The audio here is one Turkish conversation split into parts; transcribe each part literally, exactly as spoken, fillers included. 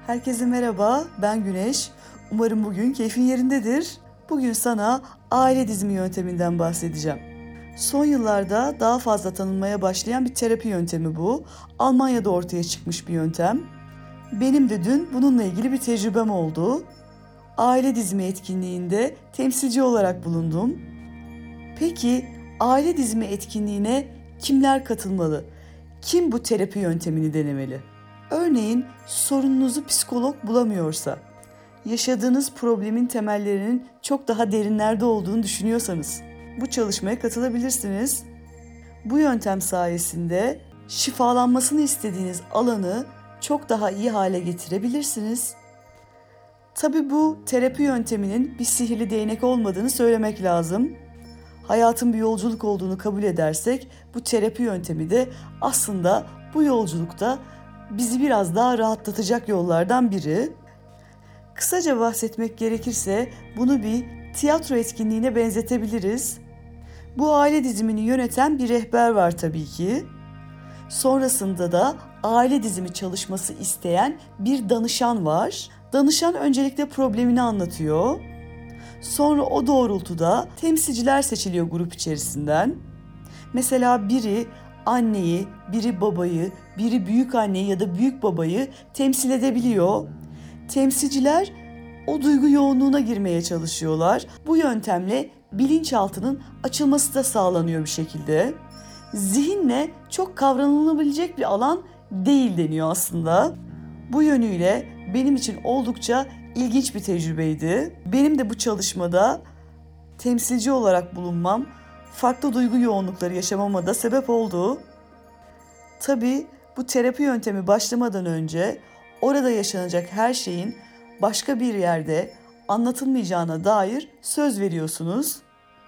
Herkese merhaba, ben Güneş. Umarım bugün keyfin yerindedir. Bugün sana aile dizimi yönteminden bahsedeceğim. Son yıllarda daha fazla tanınmaya başlayan bir terapi yöntemi bu. Almanya'da ortaya çıkmış bir yöntem. Benim de dün bununla ilgili bir tecrübem oldu. Aile dizimi etkinliğinde temsilci olarak bulundum. Peki aile dizimi etkinliğine kimler katılmalı? Kim bu terapi yöntemini denemeli? Örneğin sorununuzu psikolog bulamıyorsa, yaşadığınız problemin temellerinin çok daha derinlerde olduğunu düşünüyorsanız bu çalışmaya katılabilirsiniz. Bu yöntem sayesinde şifalanmasını istediğiniz alanı çok daha iyi hale getirebilirsiniz. Tabii bu terapi yönteminin bir sihirli değnek olmadığını söylemek lazım. Hayatın bir yolculuk olduğunu kabul edersek bu terapi yöntemi de aslında bu yolculukta bizi biraz daha rahatlatacak yollardan biri. Kısaca bahsetmek gerekirse bunu bir tiyatro etkinliğine benzetebiliriz. Bu aile dizimini yöneten bir rehber var tabii ki. Sonrasında da aile dizimi çalışması isteyen bir danışan var. Danışan öncelikle problemini anlatıyor. Sonra o doğrultuda temsilciler seçiliyor grup içerisinden. Mesela biri anneyi, biri babayı, biri büyük anneyi ya da büyük babayı temsil edebiliyor. Temsilciler o duygu yoğunluğuna girmeye çalışıyorlar. Bu yöntemle bilinçaltının açılması da sağlanıyor bir şekilde. Zihinle çok kavranılabilecek bir alan değil deniyor aslında. Bu yönüyle benim için oldukça ilginç bir tecrübeydi. Benim de bu çalışmada temsilci olarak bulunmam, farklı duygu yoğunlukları yaşamama da sebep oldu. Tabii bu terapi yöntemi başlamadan önce orada yaşanacak her şeyin başka bir yerde anlatılmayacağına dair söz veriyorsunuz.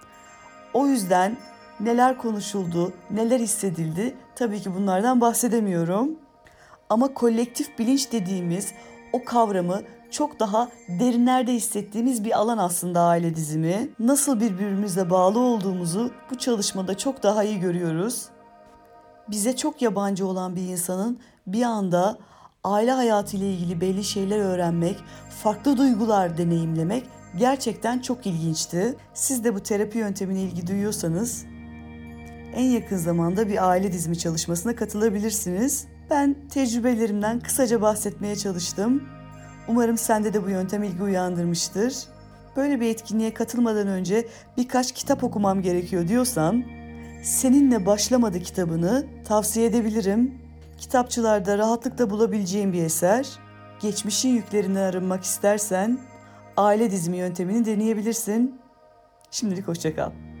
O yüzden neler konuşuldu, neler hissedildi tabii ki bunlardan bahsedemiyorum. Ama kolektif bilinç dediğimiz o kavramı çok daha derinlerde hissettiğimiz bir alan aslında aile dizimi. Nasıl birbirimize bağlı olduğumuzu bu çalışmada çok daha iyi görüyoruz. Bize çok yabancı olan bir insanın bir anda aile hayatı ile ilgili belli şeyler öğrenmek, farklı duygular deneyimlemek gerçekten çok ilginçti. Siz de bu terapi yöntemine ilgi duyuyorsanız en yakın zamanda bir aile dizimi çalışmasına katılabilirsiniz. Ben tecrübelerimden kısaca bahsetmeye çalıştım. Umarım sende de bu yöntem ilgi uyandırmıştır. Böyle bir etkinliğe katılmadan önce birkaç kitap okumam gerekiyor diyorsan, Seninle Başlamadı kitabını tavsiye edebilirim. Kitapçılarda rahatlıkla bulabileceğin bir eser. Geçmişin yüklerinden arınmak istersen aile dizimi yöntemini deneyebilirsin. Şimdilik hoşça kal.